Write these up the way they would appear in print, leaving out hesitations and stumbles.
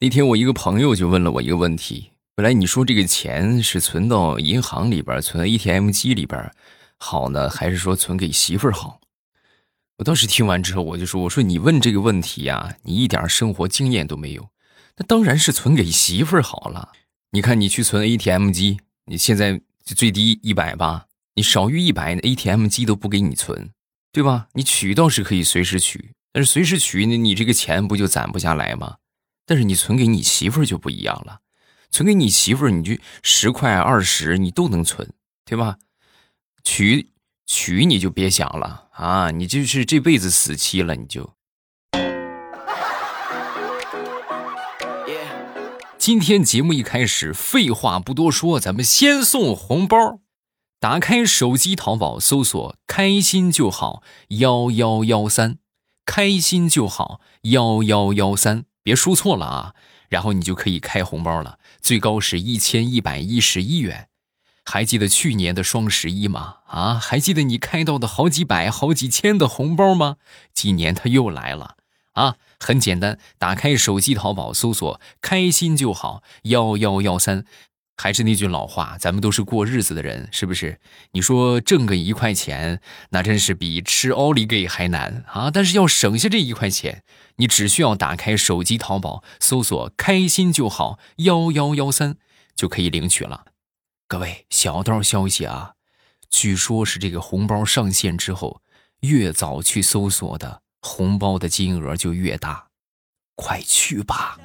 那天我一个朋友就问了我一个问题，本来你说这个钱是存到银行里边，存到 ATM 机里边好呢，还是说存给媳妇儿好？我当时听完之后我就说，我说你问这个问题啊，你一点生活经验都没有。那当然是存给媳妇儿好了。你看你去存 ATM 机，你现在最低100吧，你少于100 ATM 机都不给你存，对吧？你取倒是可以随时取，但是随时取你这个钱不就攒不下来吗？但是你存给你媳妇儿就不一样了，存给你媳妇儿，你就10块20你都能存，对吧？取你就别想了啊，你就是这辈子死期了，你就。今天节目一开始，废话不多说，咱们先送红包。打开手机淘宝搜索开心就好1113，开心就好1113，别输错了啊，然后你就可以开红包了，最高是1111元。还记得去年的双11吗？啊，还记得你开到的好几百好几千的红包吗？今年它又来了啊，很简单，打开手机淘宝搜索开心就好1113。还是那句老话，咱们都是过日子的人，是不是？你说挣个1块钱，那真是比吃奥利给还难啊！但是要省下这1块钱，你只需要打开手机淘宝，搜索“开心就好1113”，就可以领取了。各位，小道消息啊，据说是这个红包上线之后，越早去搜索的，红包的金额就越大，快去吧！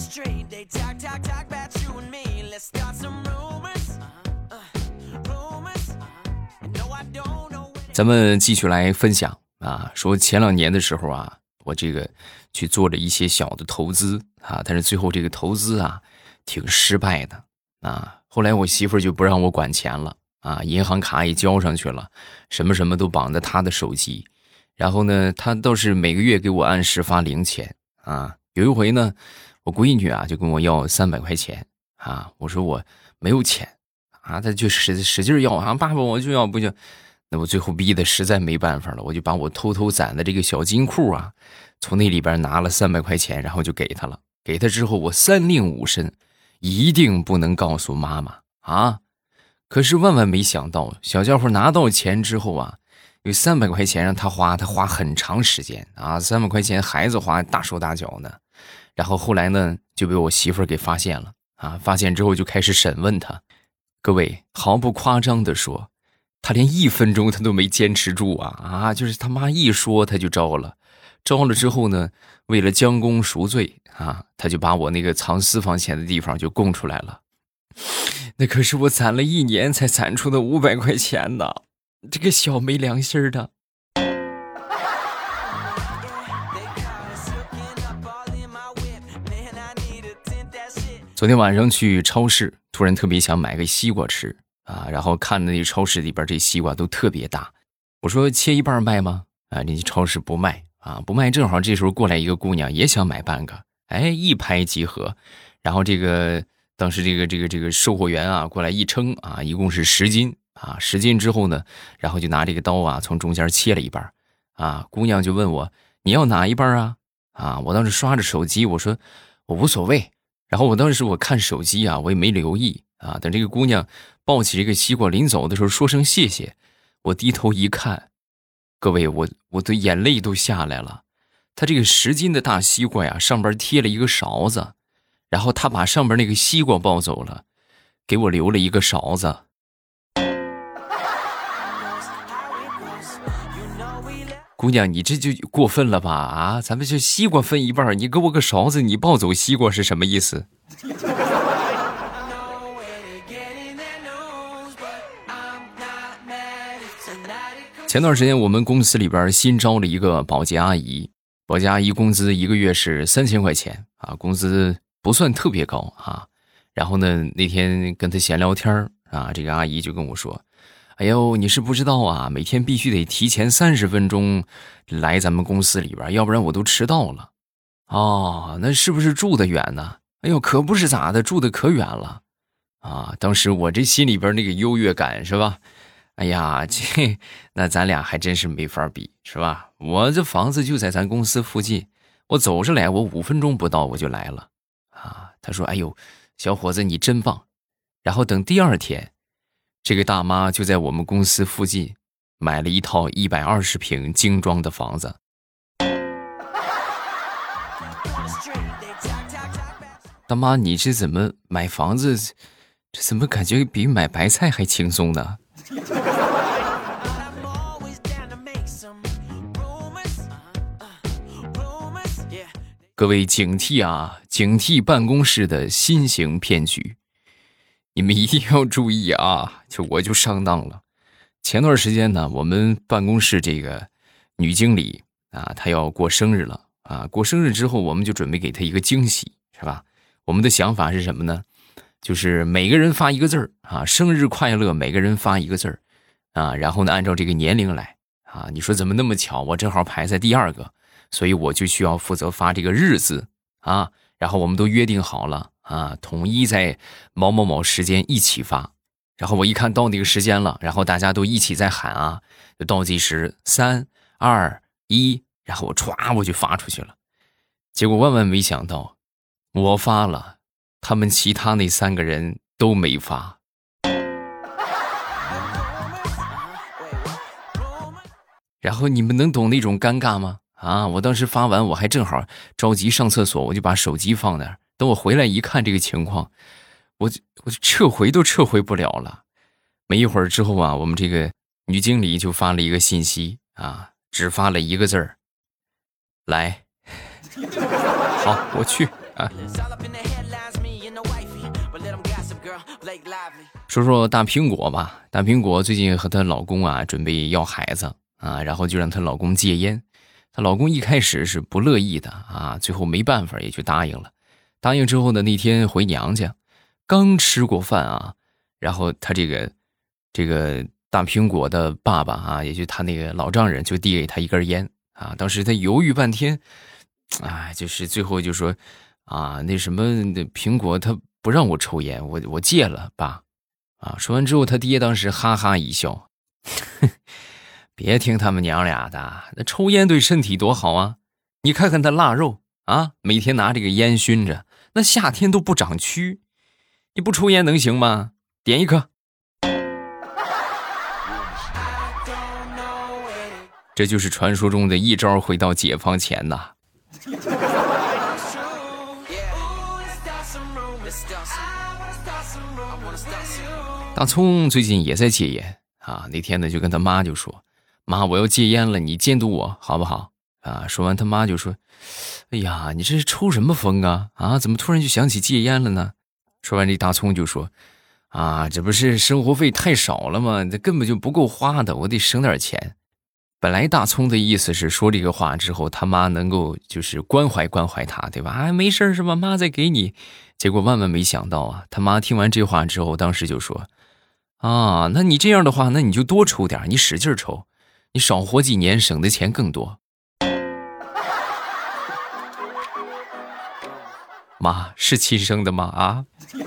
咱们继续来分享啊，说前2年的时候啊，我这个去做了一些小的投资啊，但是最后这个投资啊挺失败的啊。后来我媳妇儿就不让我管钱了啊，银行卡也交上去了，什么什么都绑在她的手机。然后呢，她倒是每个月给我按时发零钱啊。有一回呢，我闺女啊就跟我要300块钱啊，我说我没有钱啊，她就使劲要啊，爸爸我就要不就。那我最后逼得实在没办法了，我就把我偷偷攒的这个小金库啊，从那里边拿了300块钱，然后就给他了。给他之后，我3令5申，一定不能告诉妈妈啊！可是万万没想到，小家伙拿到钱之后啊，有300块钱让他花很长时间啊，300块钱孩子花大手大脚呢。然后后来呢，就被我媳妇儿给发现了啊！发现之后就开始审问他。各位，毫不夸张地说，他连1分钟他都没坚持住啊！就是他妈一说他就招了之后呢，为了将功赎罪啊，他就把我那个藏私房钱的地方就供出来了。那可是我攒了1年才攒出的500块钱呢，这个小没良心的。昨天晚上去超市，突然特别想买个西瓜吃啊，然后看的那超市里边这西瓜都特别大，我说切一半卖吗？啊，人家超市不卖啊，不卖。正好这时候过来一个姑娘也想买半个，哎，一拍即合。然后当时这个售货员啊过来一称啊，一共是10斤啊，10斤之后呢，然后就拿这个刀啊从中间切了一半啊。姑娘就问我你要哪一半啊？啊，我当时刷着手机，我说我无所谓。然后我当时我看手机啊，我也没留意啊。等这个姑娘抱起这个西瓜临走的时候说声谢谢，我低头一看，各位我的眼泪都下来了。他这个10斤的大西瓜呀，上边贴了一个勺子，然后他把上边那个西瓜抱走了，给我留了一个勺子。姑娘，你这就过分了吧？啊，咱们就西瓜分一半，你给我个勺子，你抱走西瓜是什么意思？前段时间我们公司里边新招了一个保洁阿姨，保洁阿姨工资1个月是3000块钱啊，工资不算特别高啊。然后呢，那天跟她闲聊天啊，这个阿姨就跟我说，哎呦，你是不知道啊，每天必须得提前30分钟来咱们公司里边，要不然我都迟到了。哦，那是不是住得远呢？哎呦，可不是咋的，住得可远了啊！当时我这心里边那个优越感是吧？哎呀，那咱俩还真是没法比是吧？我这房子就在咱公司附近，我走着来，我5分钟不到我就来了啊！ 他说：“哎呦，小伙子你真棒。”然后等第二天，这个大妈就在我们公司附近买了一套120平精装的房子。大妈，你这怎么买房子？这怎么感觉比买白菜还轻松呢？各位警惕啊！警惕办公室的新型骗局，你们一定要注意啊！我就上当了。前段时间呢，我们办公室这个女经理啊，她要过生日了啊。过生日之后，我们就准备给她一个惊喜，是吧？我们的想法是什么呢？就是每个人发一个字儿啊，生日快乐，每个人发一个字儿啊，然后呢，按照这个年龄来啊。你说怎么那么巧，我正好排在第二个。所以我就需要负责发这个日字啊，然后我们都约定好了啊，统一在某某某时间一起发。然后我一看到那个时间了，然后大家都一起在喊啊，就倒计时3、2、1，然后我就发出去了。结果万万没想到，我发了，他们其他那3个人都没发。然后你们能懂那种尴尬吗？啊！我当时发完，我还正好着急上厕所，我就把手机放那儿。等我回来一看这个情况，我就撤回都撤回不了了。没一会儿之后啊，我们这个女经理就发了一个信息啊，只发了1个字儿：来。好，我去啊。说说大苹果吧，大苹果最近和她老公啊准备要孩子啊，然后就让她老公戒烟。她老公一开始是不乐意的啊，最后没办法也就答应了。答应之后呢，那天回娘家，刚吃过饭啊，然后他这个大苹果的爸爸啊，也就他那个老丈人就递给他一根烟啊。当时他犹豫半天，就是最后就说啊，那什么苹果他不让我抽烟，我戒了爸啊。说完之后，他爹当时哈哈一笑。别听他们娘俩的，那抽烟对身体多好啊！你看看他腊肉啊，每天拿这个烟熏着，那夏天都不长蛆。你不抽烟能行吗？点一颗。这就是传说中的一招回到解放前呐。大葱最近也在戒烟啊，那天呢就跟他妈就说，妈，我要戒烟了，你监督我好不好啊？说完他妈就说，哎呀，你这是抽什么风啊？啊，怎么突然就想起戒烟了呢？说完这大葱就说，啊，这不是生活费太少了吗？这根本就不够花的，我得省点钱。本来大葱的意思是说这个话之后他妈能够就是关怀关怀他，对吧？啊，没事是吧？妈再给你。结果万万没想到啊，他妈听完这话之后当时就说，啊，那你这样的话，那你就多抽点，你使劲抽，你少活几年省的钱更多。妈是亲生的吗？啊？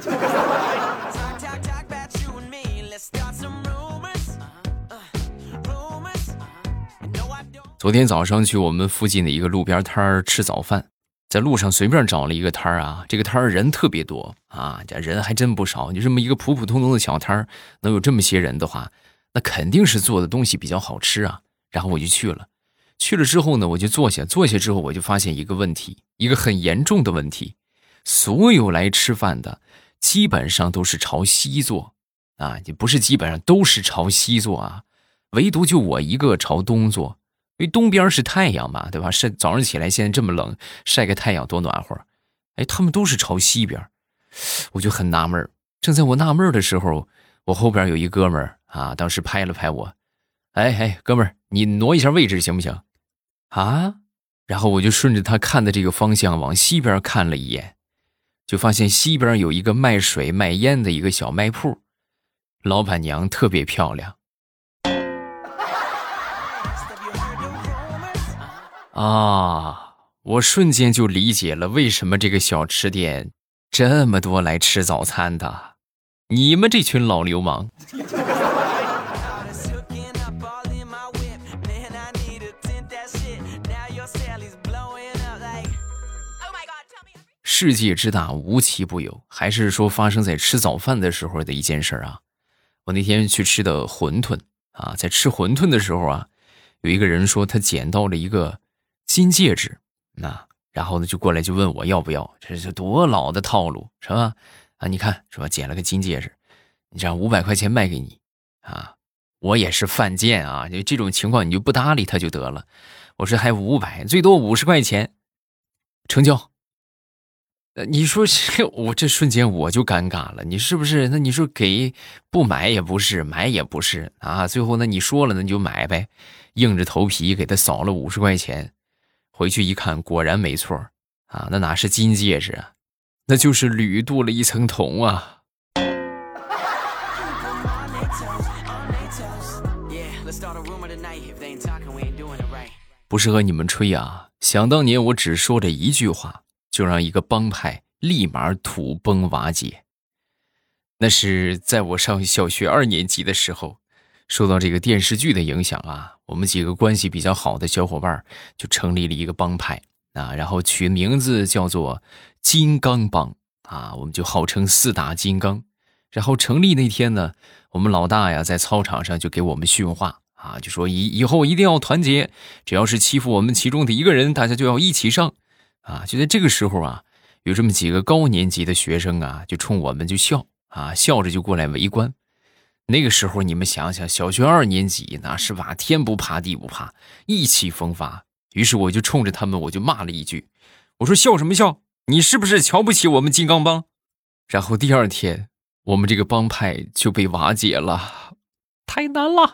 昨天早上去我们附近的一个路边摊儿吃早饭，在路上随便找了一个摊儿啊，这个摊儿人特别多啊，这人还真不少。就这么一个普普通通的小摊儿，能有这么些人的话，那肯定是做的东西比较好吃啊。然后我就去了，去了之后呢，我就坐下之后我就发现一个问题，一个很严重的问题，所有来吃饭的基本上都是朝西坐啊，也不是基本上都是朝西坐啊，唯独就我一个朝东坐。因为东边是太阳嘛，对吧？早上起来现在这么冷，晒个太阳多暖和。哎，他们都是朝西边，我就很纳闷。正在我纳闷的时候，我后边有一哥们儿啊，当时拍了拍我，哎，哥们儿，你挪一下位置行不行？啊？然后我就顺着他看的这个方向往西边看了一眼，就发现西边有一个卖水卖烟的一个小卖铺，老板娘特别漂亮。啊，我瞬间就理解了为什么这个小吃店这么多来吃早餐的，你们这群老流氓。 世界之大无奇不有，还是说发生在吃早饭的时候的一件事啊。我那天去吃的馄饨啊，在吃馄饨的时候啊，有一个人说他捡到了一个金戒指，然后呢就过来就问我要不要，这是多老的套路是吧？啊，你看是吧，捡了个金戒指，你这样500块钱卖给你啊，我也是犯贱啊，就这种情况你就不搭理他就得了。我说还500，最多50块钱，成交。你说我这瞬间我就尴尬了，你是不是？那你说给不买也不是，买也不是啊。最后呢，你说了那你就买呗，硬着头皮给他扫了50块钱，回去一看，果然没错啊，那哪是金戒指啊，那就是铝镀了一层铜啊。不是和你们吹啊，想当年我只说这一句话，就让一个帮派立马土崩瓦解。那是在我上小学2年级的时候，受到这个电视剧的影响啊，我们几个关系比较好的小伙伴就成立了一个帮派啊，然后取名字叫做金刚帮啊，我们就号称4大金刚。然后成立那天呢，我们老大呀在操场上就给我们训话啊，就说以后一定要团结，只要是欺负我们其中的一个人，大家就要一起上啊。就在这个时候啊，有这么几个高年级的学生啊，就冲我们就笑啊，笑着就过来围观。那个时候你们想想，小学2年级那是吧，天不怕地不怕，意气风发。于是我就冲着他们我就骂了一句，我说笑什么笑，你是不是瞧不起我们金刚帮？然后第2天我们这个帮派就被瓦解了，太难了。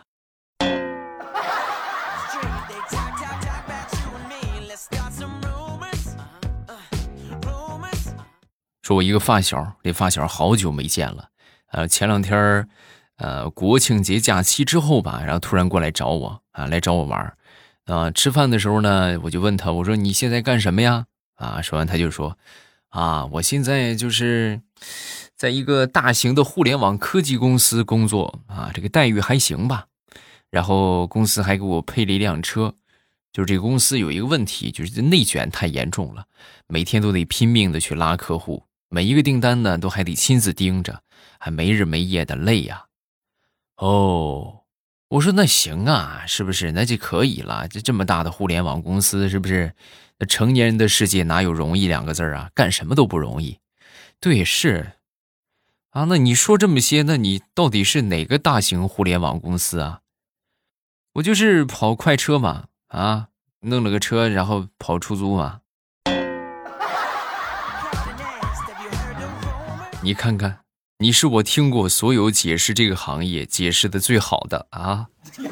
说我一个发小，这发小好久没见了，前2天国庆节假期之后吧，然后突然过来找我啊，来找我玩吃饭的时候呢，我就问他，我说你现在干什么呀？啊，说完他就说啊，我现在就是在一个大型的互联网科技公司工作啊，这个待遇还行吧。然后公司还给我配了一辆车，就是这个公司有一个问题，就是内卷太严重了，每天都得拼命的去拉客户，每一个订单呢都还得亲自盯着，还没日没夜的累呀。哦，我说那行啊，是不是？那就可以了，这么大的互联网公司，是不是？那成年人的世界哪有容易2个字啊？干什么都不容易。对，是啊，那你说这么些，那你到底是哪个大型互联网公司啊？我就是跑快车嘛，啊，弄了个车，然后跑出租嘛。你看看，你是我听过所有解释这个行业解释的最好的啊。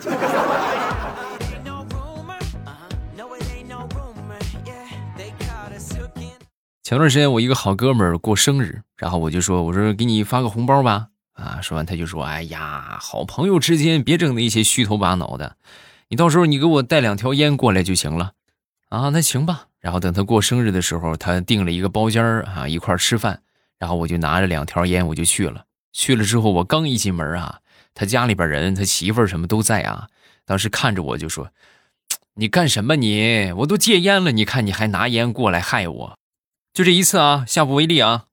前段时间我一个好哥们儿过生日，然后我说给你发个红包吧，啊，说完他就说，哎呀，好朋友之间别整那些虚头巴脑的，你到时候你给我带2条烟过来就行了。啊，那行吧。然后等他过生日的时候，他订了一个包间啊，一块吃饭，然后我就拿着2条烟我就去了。去了之后我刚一进门啊，他家里边人他媳妇儿什么都在啊，当时看着我就说，你干什么你？我都戒烟了，你看你还拿烟过来害我。就这一次啊，下不为例啊。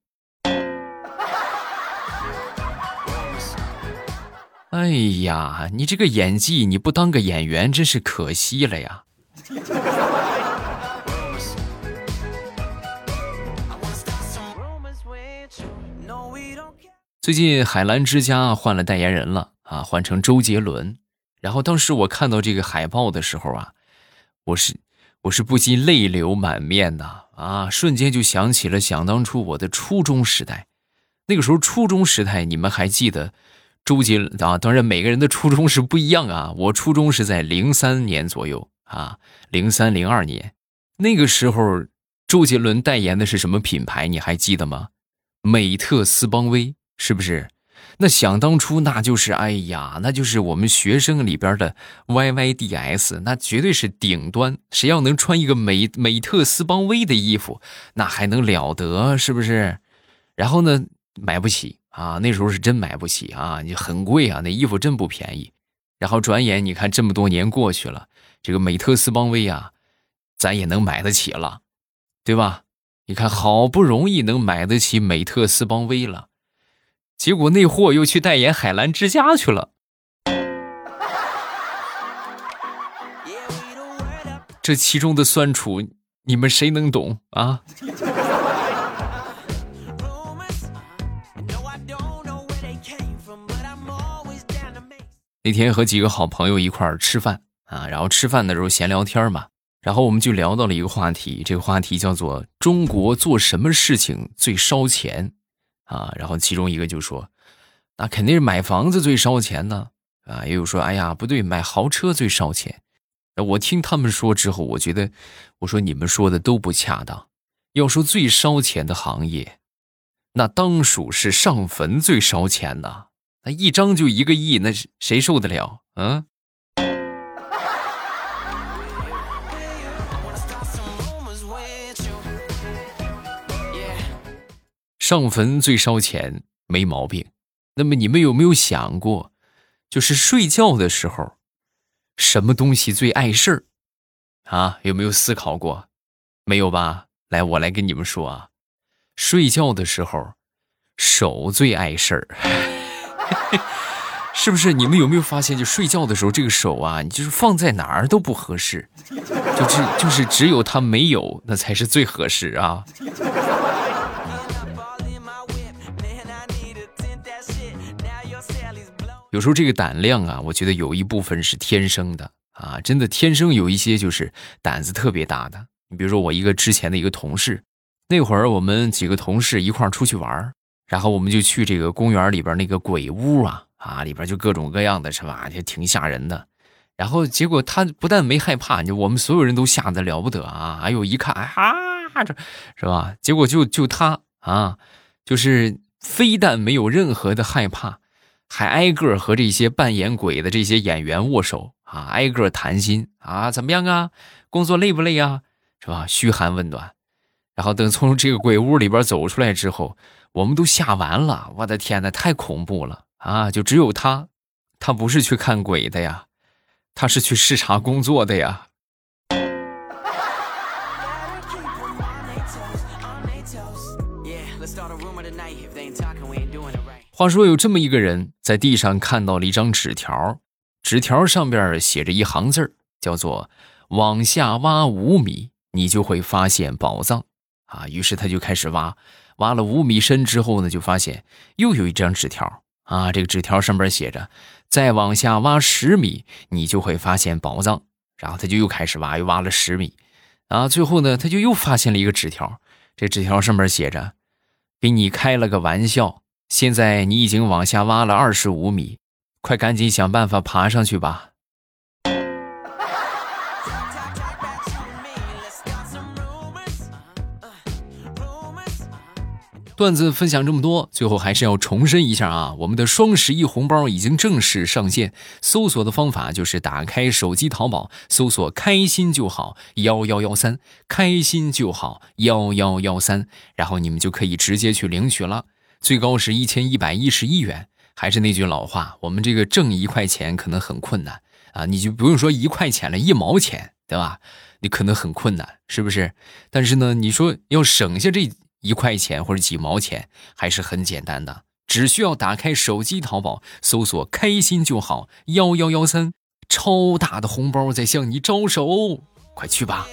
哎呀，你这个演技你不当个演员真是可惜了呀。最近海澜之家换了代言人了啊，换成周杰伦。然后当时我看到这个海报的时候啊，我是不禁泪流满面的啊，瞬间就想起了想当初我的初中时代。那个时候初中时代你们还记得周杰伦啊？当然每个人的初中是不一样啊，我初中是在03年左右啊，03、02年。那个时候周杰伦代言的是什么品牌你还记得吗？美特斯邦威，是不是？那想当初那就是哎呀，那就是我们学生里边的 YYDS， 那绝对是顶端，谁要能穿一个美特斯邦威的衣服那还能了得，是不是？然后呢买不起啊，那时候是真买不起啊，你很贵啊，那衣服真不便宜。然后转眼你看这么多年过去了，这个美特斯邦威啊咱也能买得起了，对吧？ 你看好不容易能买得起美特斯邦威了，结果那货又去代言海澜之家去了。这其中的酸楚，你们谁能懂啊？那天和几个好朋友一块儿吃饭啊，然后吃饭的时候闲聊天嘛，然后我们就聊到了一个话题，这个话题叫做中国做什么事情最烧钱啊？然后其中一个就说，那肯定是买房子最烧钱呢啊，也有说，哎呀不对，买豪车最烧钱。我听他们说之后，我说你们说的都不恰当。要说最烧钱的行业，那当属是上坟最烧钱的。那一张就1个亿，那谁受得了？嗯。上坟最烧钱没毛病。那么你们有没有想过，就是睡觉的时候，什么东西最碍事儿啊？有没有思考过？没有吧？来，我来跟你们说啊，睡觉的时候，手最碍事儿。是不是？你们有没有发现，就睡觉的时候，这个手啊，你就是放在哪儿都不合适，就是只有它没有，那才是最合适啊。有时候这个胆量啊，我觉得有一部分是天生的啊，真的天生有一些就是胆子特别大的。你比如说我一个之前的一个同事，那会儿我们几个同事一块儿出去玩，然后我们就去这个公园里边那个鬼屋啊，里边就各种各样的是吧，就挺吓人的。然后结果他不但没害怕，就我们所有人都吓得了不得啊！哎呦，一看这是吧？结果就他啊，就是非但没有任何的害怕，还挨个和这些扮演鬼的这些演员握手啊，挨个谈心啊，怎么样啊？工作累不累啊？是吧？嘘寒问暖。然后等从这个鬼屋里边走出来之后，我们都吓完了，我的天哪，太恐怖了啊！就只有他不是去看鬼的呀，他是去视察工作的呀。话说有这么一个人在地上看到了一张纸条，纸条上边写着一行字，叫做往下挖5米你就会发现宝藏啊。于是他就开始挖了5米深之后呢，就发现又有一张纸条啊，这个纸条上边写着再往下挖10米你就会发现宝藏。然后他就又开始挖，又挖了10米啊，最后呢他就又发现了一个纸条，这纸条上面写着给你开了个玩笑，现在你已经往下挖了25米，快赶紧想办法爬上去吧。段子分享这么多，最后还是要重申一下啊，我们的双11红包已经正式上线，搜索的方法就是打开手机淘宝，搜索开心就好1113，开心就好1113，然后你们就可以直接去领取了，最高是1111元。还是那句老话，我们这个挣1块钱可能很困难啊，你就不用说1块钱了，1毛钱，对吧？你可能很困难，是不是？但是呢，你说要省下这1块钱或者几毛钱还是很简单的，只需要打开手机淘宝，搜索开心就好1113，超大的红包在向你招手，快去吧。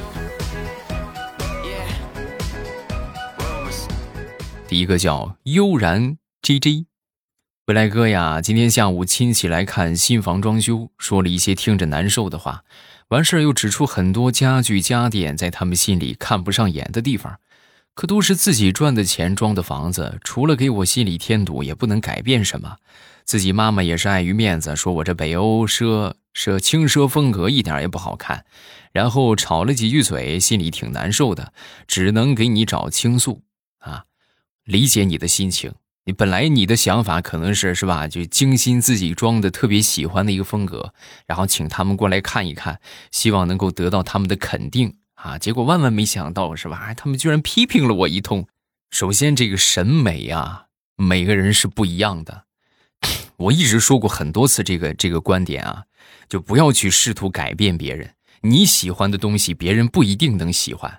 第一个叫悠然 JJ， 未来哥呀，今天下午亲戚来看新房装修，说了一些听着难受的话，完事又指出很多家具家电在他们心里看不上眼的地方，可都是自己赚的钱装的房子，除了给我心里添堵也不能改变什么。自己妈妈也是碍于面子，说我这北欧轻奢风格一点也不好看，然后吵了几句嘴，心里挺难受的，只能给你找倾诉啊。理解你的心情，你本来你的想法可能是吧，就精心自己装的特别喜欢的一个风格，然后请他们过来看一看，希望能够得到他们的肯定啊，结果万万没想到是吧，他们居然批评了我一通。首先这个审美啊，每个人是不一样的，我一直说过很多次这个观点啊，就不要去试图改变别人，你喜欢的东西别人不一定能喜欢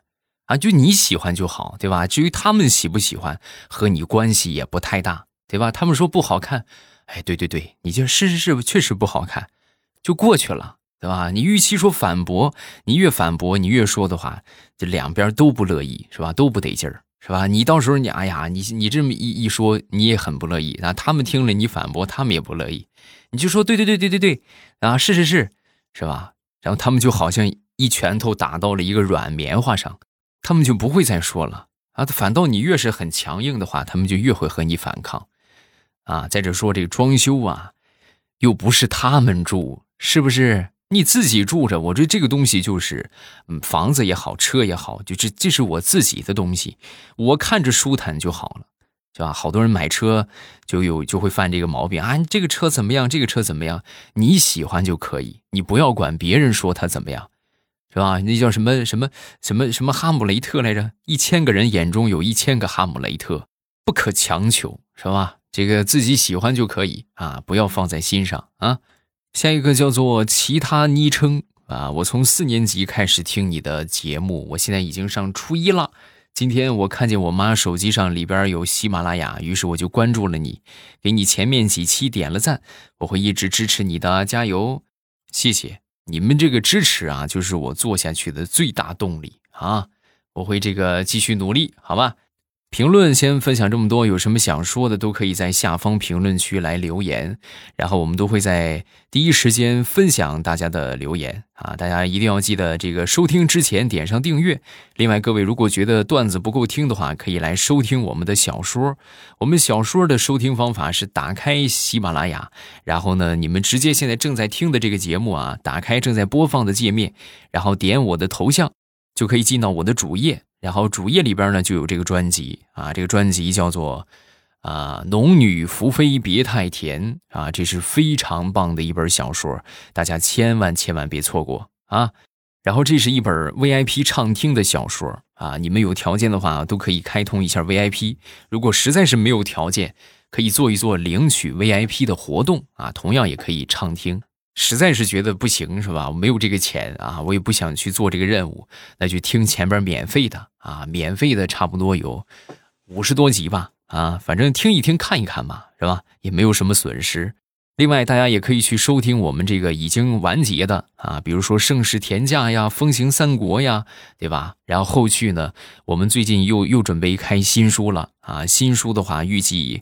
啊，就你喜欢就好，对吧？至于他们喜不喜欢，和你关系也不太大，对吧？他们说不好看，哎，对对对，你就是确实不好看，就过去了，对吧？你与其说反驳，你越反驳，你越说的话，这两边都不乐意，是吧？都不得劲儿，是吧？你到时候哎呀，你这么一说，你也很不乐意，那他们听了你反驳，他们也不乐意，你就说对对对对对对，啊，是，是吧？然后他们就好像一拳头打到了一个软棉花上。他们就不会再说了啊，反倒你越是很强硬的话，他们就越会和你反抗啊。再者说这个装修啊，又不是他们住，是不是？你自己住着，我觉得这个东西就是，房子也好，车也好，就这是我自己的东西，我看着舒坦就好了，是吧？好多人买车就会犯这个毛病啊，这个车怎么样？这个车怎么样？你喜欢就可以，你不要管别人说它怎么样。是吧？那叫什么哈姆雷特来着？1000个人眼中有1000个哈姆雷特，不可强求，是吧？这个自己喜欢就可以啊，不要放在心上啊。下一个叫做其他昵称啊，我从4年级开始听你的节目，我现在已经上初1了。今天我看见我妈手机上里边有喜马拉雅，于是我就关注了你，给你前面几期点了赞，我会一直支持你的，加油，谢谢。你们这个支持啊，就是我做下去的最大动力啊！我会这个继续努力，好吧？评论先分享这么多，有什么想说的都可以在下方评论区来留言，然后我们都会在第一时间分享大家的留言啊！大家一定要记得这个收听之前点上订阅。另外，各位如果觉得段子不够听的话，可以来收听我们的小说。我们小说的收听方法是打开喜马拉雅，然后呢，你们直接现在正在听的这个节目啊，打开正在播放的界面，然后点我的头像，就可以进到我的主页。然后主页里边呢就有这个专辑啊，这个专辑叫做农女福妃别太甜啊，这是非常棒的一本小说，大家千万别错过啊。然后这是一本 VIP 畅听的小说啊，你们有条件的话都可以开通一下 VIP， 如果实在是没有条件，可以做一做领取 VIP 的活动啊，同样也可以畅听。实在是觉得不行是吧？我没有这个钱啊，我也不想去做这个任务，那就听前边免费的啊，免费的差不多有50多集吧啊，反正听一听看一看嘛，是吧？也没有什么损失。另外，大家也可以去收听我们这个已经完结的啊，比如说《盛世田价》呀，《风行三国》呀，对吧？然后后续呢，我们最近又准备开新书了啊，新书的话预计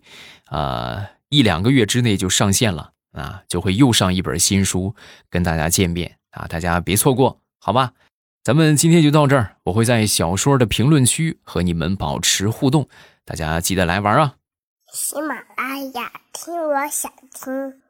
1-2个月之内就上线了。啊，就会又上一本新书跟大家见面啊，大家别错过，好吧？咱们今天就到这儿，我会在小说的评论区和你们保持互动，大家记得来玩啊！ 喜马拉雅，听我想听。